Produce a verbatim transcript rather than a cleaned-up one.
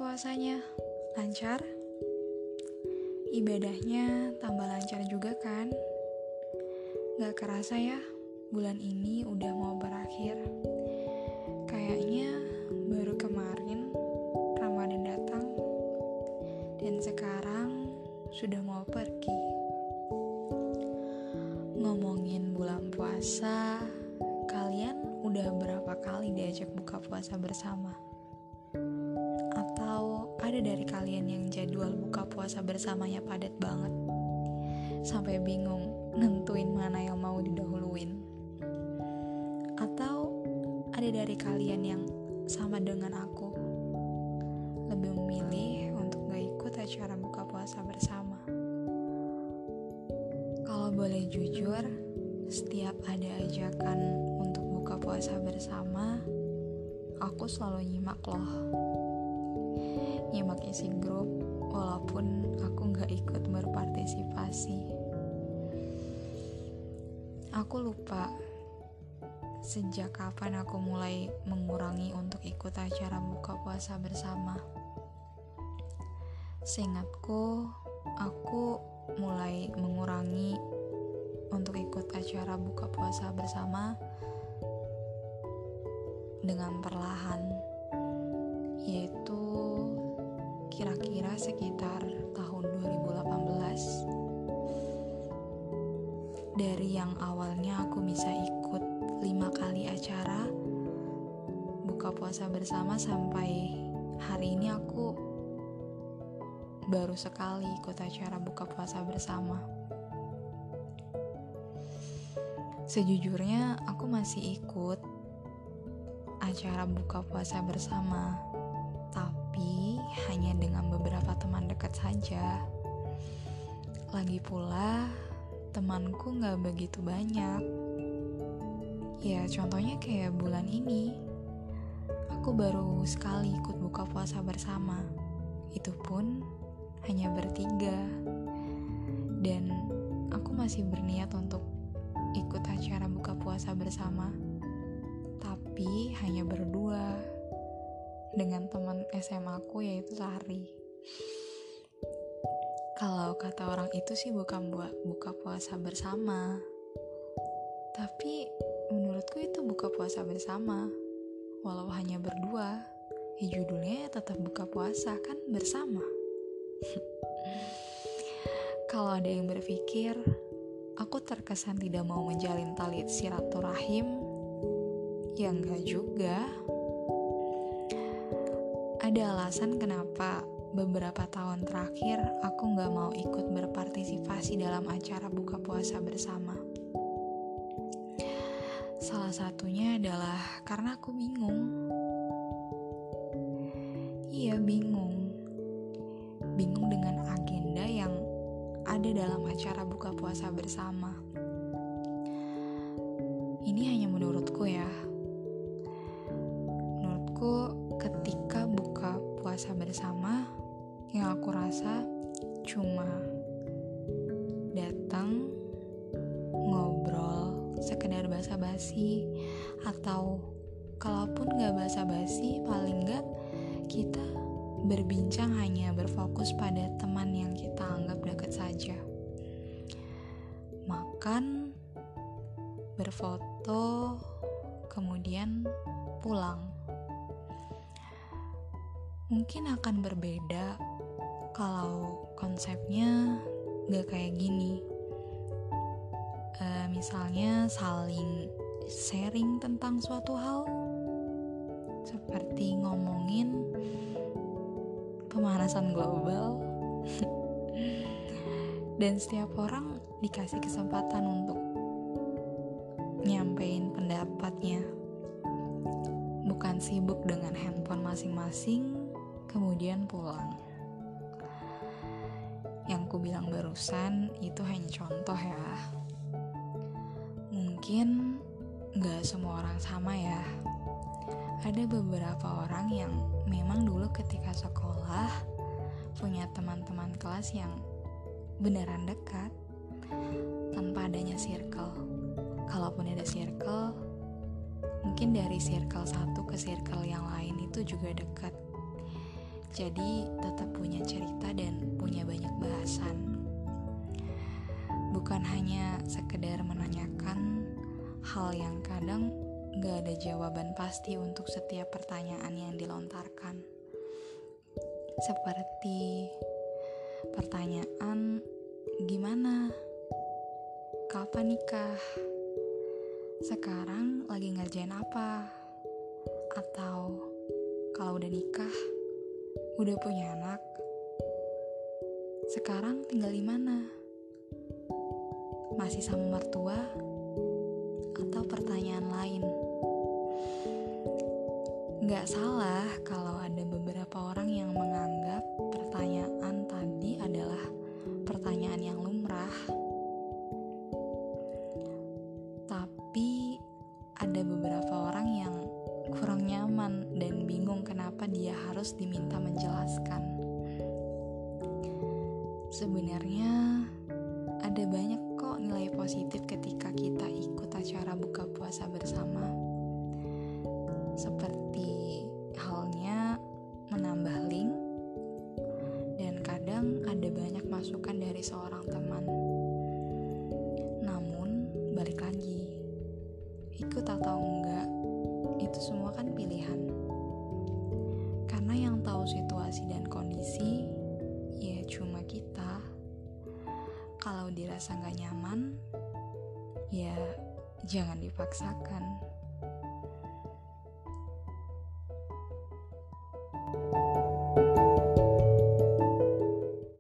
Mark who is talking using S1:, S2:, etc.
S1: puasanya? Lancar? Ibadahnya tambah lancar juga kan? Gak kerasa ya, bulan ini udah mau berakhir. Kayaknya baru kemarin Ramadan datang, dan sekarang sudah mau pergi. Ngomongin bulan puasa, kalian udah berapa kali diajak buka puasa bersama? Atau ada dari kalian yang jadwal buka puasa bersamanya padat banget, sampai bingung nentuin mana yang mau didahuluin? Atau ada dari kalian yang sama dengan aku, lebih memilih untuk gak ikut acara buka puasa bersama? Kalau boleh jujur, setiap ada ajakan untuk buka puasa bersama, aku selalu nyimak loh. Nyimak isi grup, walaupun aku gak ikut berpartisipasi. Aku lupa sejak kapan aku mulai mengurangi untuk ikut acara buka puasa bersama. Seingatku, aku mulai mengurangi untuk ikut acara buka puasa bersama dengan perlahan, yaitu kira-kira sekitar tahun dua ribu delapan belas. Dari yang awalnya aku bisa ikut lima kali acara buka puasa bersama, sampai hari ini aku baru sekali ikut acara buka puasa bersama. Sejujurnya aku masih ikut acara buka puasa bersama, tapi hanya dengan beberapa teman dekat saja. Lagi pula temanku gak begitu banyak. Ya contohnya kayak bulan ini, aku baru sekali ikut buka puasa bersama. Itu pun hanya bertiga. Dan aku masih berniat untuk ikut acara buka puasa bersama, tapi hanya berdua dengan teman S M A aku, yaitu Sari. Kalau kata orang itu sih bukan buat buka puasa bersama, tapi menurutku itu buka puasa bersama. Walau hanya berdua, ya judulnya tetap buka puasa kan, bersama. Kalau ada yang berpikir aku terkesan tidak mau menjalin tali silaturahim, ya enggak juga. Ada alasan kenapa beberapa tahun terakhir aku gak mau ikut berpartisipasi dalam acara buka puasa bersama. Salah satunya adalah karena aku bingung. Iya, bingung. Bingung dengan agenda yang ada dalam acara buka puasa bersama. Ini hanya menurutku ya. Menurutku ketika buka puasa bersama, yang aku rasa cuma datang, ngobrol, sekedar basa-basi, atau kalaupun gak basa-basi, paling gak kita berbincang hanya berfokus pada teman yang kita anggap dekat saja. Makan, berfoto, kemudian pulang. Mungkin akan berbeda kalau konsepnya gak kayak gini. E, misalnya saling sharing tentang suatu hal, seperti ngomongin pemanasan global. Dan setiap orang dikasih kesempatan untuk nyampein pendapatnya, bukan sibuk dengan handphone masing-masing kemudian pulang. Yang ku bilang barusan itu hanya contoh ya. Mungkin gak semua orang sama ya. Ada beberapa orang yang memang dulu ketika sekolah punya teman-teman kelas yang beneran dekat tanpa adanya circle. Kalaupun ada circle, mungkin dari circle satu ke circle yang lain itu juga dekat. Jadi tetap punya cerita dan punya banyak bahasan. Bukan hanya sekedar menanyakan hal yang kadang gak ada jawaban pasti untuk setiap pertanyaan yang dilontarkan. Seperti pertanyaan, gimana? Kapan nikah? Sekarang lagi ngerjain apa? Atau kalau udah nikah, udah punya anak, sekarang tinggal di mana? Masih sama mertua? Atau pertanyaan lain? Gak salah kalau ada beberapa orang yang menganggap pertanyaan tadi adalah pertanyaan yang lumrah. Tapi ada beberapa orang yang kurang nyaman dan bingung kenapa dia harus diminta menjelaskan. Sebenarnya ada banyak kok nilai positif ketika kita ikut acara buka puasa bersama. Seperti halnya menambah link, dan kadang ada banyak masukan dari seorang teman. Namun, balik lagi, ikut atau enggak, itu semua kan pilihan. Karena yang tahu situasi dan kondisi, ya cuma kita. Kalau dirasa gak nyaman, ya jangan dipaksakan.